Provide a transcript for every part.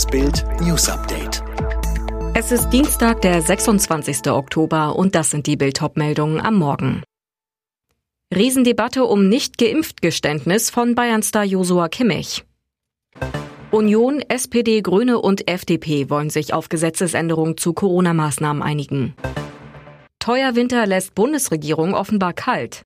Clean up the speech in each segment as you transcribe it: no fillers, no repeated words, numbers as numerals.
Das Bild News Update. Es ist Dienstag, der 26. Oktober und das sind die Bild-Top-Meldungen am Morgen. Riesendebatte um Nicht-Geimpft-Geständnis von Bayern-Star Joshua Kimmich. Union, SPD, Grüne und FDP wollen sich auf Gesetzesänderungen zu Corona-Maßnahmen einigen. Teuer Winter lässt Bundesregierung offenbar kalt.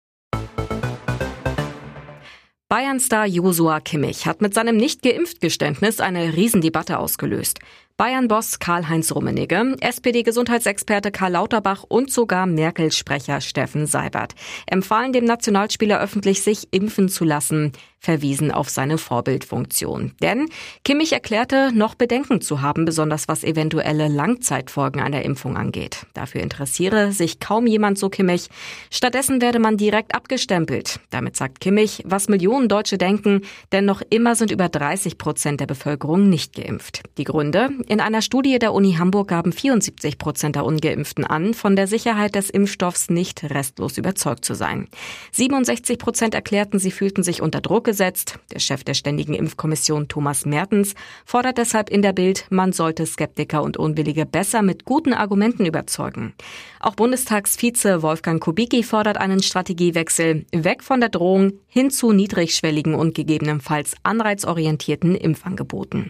Bayern-Star Joshua Kimmich hat mit seinem Nicht-Geimpft-Geständnis eine Riesendebatte ausgelöst. Bayern-Boss Karl-Heinz Rummenigge, SPD-Gesundheitsexperte Karl Lauterbach und sogar Merkel-Sprecher Steffen Seibert empfahlen dem Nationalspieler öffentlich, sich impfen zu lassen, verwiesen auf seine Vorbildfunktion. Denn Kimmich erklärte, noch Bedenken zu haben, besonders was eventuelle Langzeitfolgen einer Impfung angeht. Dafür interessiere sich kaum jemand, so Kimmich. Stattdessen werde man direkt abgestempelt. Damit sagt Kimmich, was Millionen Deutsche denken, denn noch immer sind über 30% der Bevölkerung nicht geimpft. Die Gründe? In einer Studie der Uni Hamburg gaben 74% der Ungeimpften an, von der Sicherheit des Impfstoffs nicht restlos überzeugt zu sein. 67% erklärten, sie fühlten sich unter Druck gesetzt. Der Chef der Ständigen Impfkommission Thomas Mertens fordert deshalb in der Bild, man sollte Skeptiker und Unwillige besser mit guten Argumenten überzeugen. Auch Bundestagsvize Wolfgang Kubicki fordert einen Strategiewechsel, weg von der Drohung hin zu niedrigschwelligen und gegebenenfalls anreizorientierten Impfangeboten.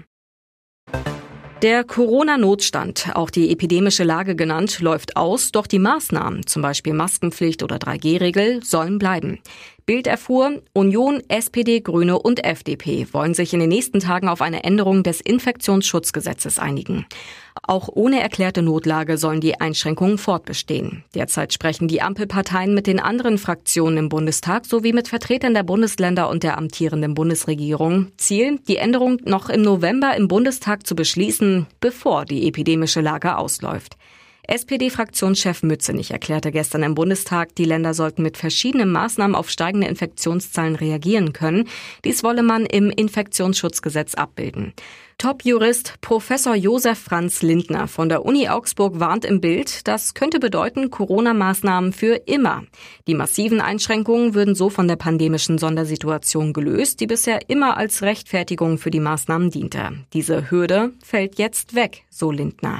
Der Corona-Notstand, auch die epidemische Lage genannt, läuft aus, doch die Maßnahmen, zum Beispiel Maskenpflicht oder 3G-Regel, sollen bleiben. Bild erfuhr, Union, SPD, Grüne und FDP wollen sich in den nächsten Tagen auf eine Änderung des Infektionsschutzgesetzes einigen. Auch ohne erklärte Notlage sollen die Einschränkungen fortbestehen. Derzeit sprechen die Ampelparteien mit den anderen Fraktionen im Bundestag sowie mit Vertretern der Bundesländer und der amtierenden Bundesregierung. Ziel, die Änderung noch im November im Bundestag zu beschließen, bevor die epidemische Lage ausläuft. SPD-Fraktionschef Mützenich erklärte gestern im Bundestag, die Länder sollten mit verschiedenen Maßnahmen auf steigende Infektionszahlen reagieren können. Dies wolle man im Infektionsschutzgesetz abbilden. Top-Jurist Professor Josef Franz Lindner von der Uni Augsburg warnt im Bild, das könnte bedeuten Corona-Maßnahmen für immer. Die massiven Einschränkungen würden so von der pandemischen Sondersituation gelöst, die bisher immer als Rechtfertigung für die Maßnahmen diente. Diese Hürde fällt jetzt weg, so Lindner.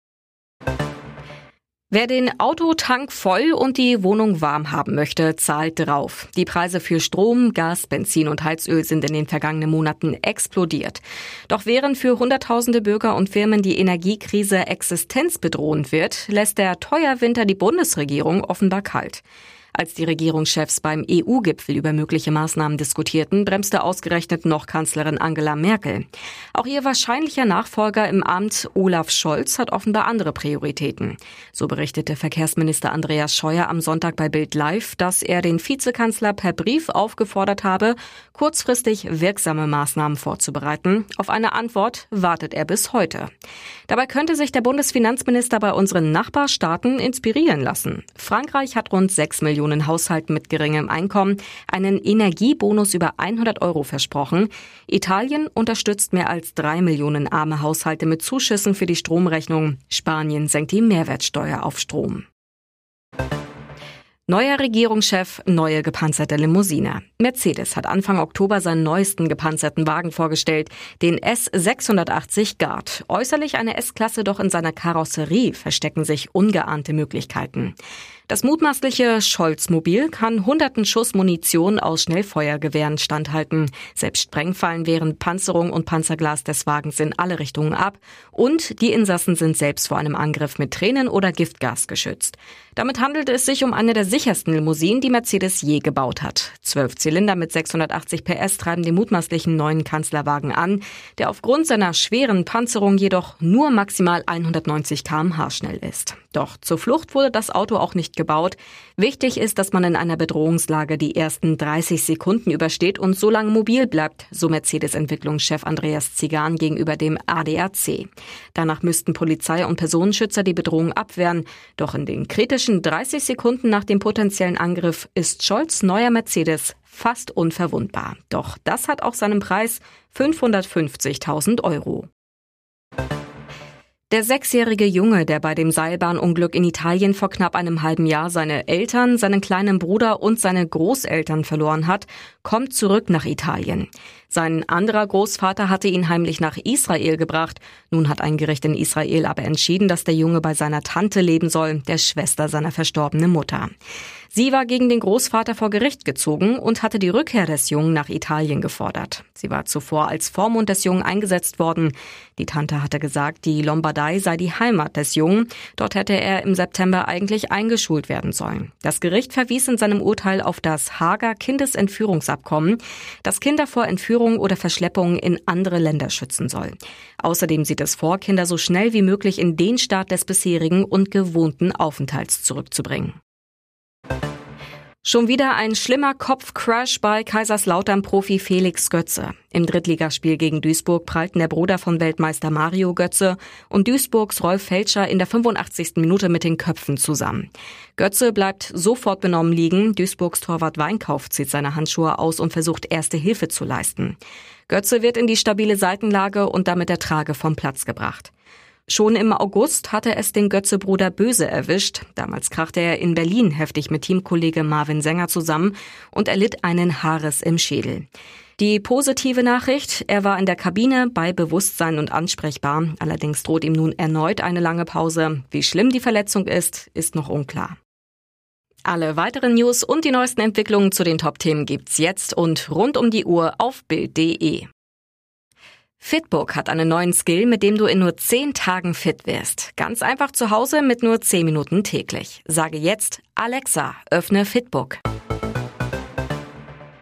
Wer den Autotank voll und die Wohnung warm haben möchte, zahlt drauf. Die Preise für Strom, Gas, Benzin und Heizöl sind in den vergangenen Monaten explodiert. Doch während für Hunderttausende Bürger und Firmen die Energiekrise existenzbedrohend wird, lässt der Teuerwinter die Bundesregierung offenbar kalt. Als die Regierungschefs beim EU-Gipfel über mögliche Maßnahmen diskutierten, bremste ausgerechnet noch Kanzlerin Angela Merkel. Auch ihr wahrscheinlicher Nachfolger im Amt, Olaf Scholz, hat offenbar andere Prioritäten. So berichtete Verkehrsminister Andreas Scheuer am Sonntag bei Bild Live, dass er den Vizekanzler per Brief aufgefordert habe, kurzfristig wirksame Maßnahmen vorzubereiten. Auf eine Antwort wartet er bis heute. Dabei könnte sich der Bundesfinanzminister bei unseren Nachbarstaaten inspirieren lassen. Frankreich hat rund 6 Millionen Haushalten mit geringem Einkommen einen Energiebonus über 100 € versprochen. Italien unterstützt mehr als 3 Millionen arme Haushalte mit Zuschüssen für die Stromrechnung. Spanien senkt die Mehrwertsteuer auf Strom. Neuer Regierungschef, neue gepanzerte Limousine. Mercedes hat Anfang Oktober seinen neuesten gepanzerten Wagen vorgestellt, den S680 Guard. Äußerlich eine S-Klasse, doch in seiner Karosserie verstecken sich ungeahnte Möglichkeiten. Das mutmaßliche Scholz-Mobil kann hunderten Schuss Munition aus Schnellfeuergewehren standhalten. Selbst Sprengfallen wehren Panzerung und Panzerglas des Wagens in alle Richtungen ab. Und die Insassen sind selbst vor einem Angriff mit Tränen oder Giftgas geschützt. Damit handelt es sich um eine der sichersten Limousinen, die Mercedes je gebaut hat. 12 Zylinder mit 680 PS treiben den mutmaßlichen neuen Kanzlerwagen an, der aufgrund seiner schweren Panzerung jedoch nur maximal 190 km/h schnell ist. Doch zur Flucht wurde das Auto auch nicht gebaut. Wichtig ist, dass man in einer Bedrohungslage die ersten 30 Sekunden übersteht und so lange mobil bleibt, so Mercedes-Entwicklungschef Andreas Zigan gegenüber dem ADAC. Danach müssten Polizei und Personenschützer die Bedrohung abwehren. Doch in den kritischen 30 Sekunden nach dem potenziellen Angriff ist Scholz' neuer Mercedes fast unverwundbar. Doch das hat auch seinen Preis: 550.000 €. Der 6-jährige Junge, der bei dem Seilbahnunglück in Italien vor knapp einem halben Jahr seine Eltern, seinen kleinen Bruder und seine Großeltern verloren hat, kommt zurück nach Italien. Sein anderer Großvater hatte ihn heimlich nach Israel gebracht. Nun hat ein Gericht in Israel aber entschieden, dass der Junge bei seiner Tante leben soll, der Schwester seiner verstorbenen Mutter. Sie war gegen den Großvater vor Gericht gezogen und hatte die Rückkehr des Jungen nach Italien gefordert. Sie war zuvor als Vormund des Jungen eingesetzt worden. Die Tante hatte gesagt, die Lombardei sei die Heimat des Jungen. Dort hätte er im September eigentlich eingeschult werden sollen. Das Gericht verwies in seinem Urteil auf das Haager Kindesentführungsabkommen, das Kinder vor Entführung oder Verschleppung in andere Länder schützen soll. Außerdem sieht es vor, Kinder so schnell wie möglich in den Staat des bisherigen und gewohnten Aufenthalts zurückzubringen. Schon wieder ein schlimmer Kopfcrash bei Kaiserslautern-Profi Felix Götze. Im Drittligaspiel gegen Duisburg prallten der Bruder von Weltmeister Mario Götze und Duisburgs Rolf Felscher in der 85. Minute mit den Köpfen zusammen. Götze bleibt sofort benommen liegen. Duisburgs Torwart Weinkauf zieht seine Handschuhe aus und versucht, erste Hilfe zu leisten. Götze wird in die stabile Seitenlage und damit der Trage vom Platz gebracht. Schon im August hatte es den Götze-Bruder böse erwischt. Damals krachte er in Berlin heftig mit Teamkollege Marvin Sänger zusammen und erlitt einen Haarriss im Schädel. Die positive Nachricht, er war in der Kabine bei Bewusstsein und ansprechbar. Allerdings droht ihm nun erneut eine lange Pause. Wie schlimm die Verletzung ist noch unklar. Alle weiteren News und die neuesten Entwicklungen zu den Top-Themen gibt's jetzt und rund um die Uhr auf Bild.de. Fitbook hat einen neuen Skill, mit dem du in nur 10 Tagen fit wirst. Ganz einfach zu Hause mit nur 10 Minuten täglich. Sage jetzt, Alexa, öffne Fitbook.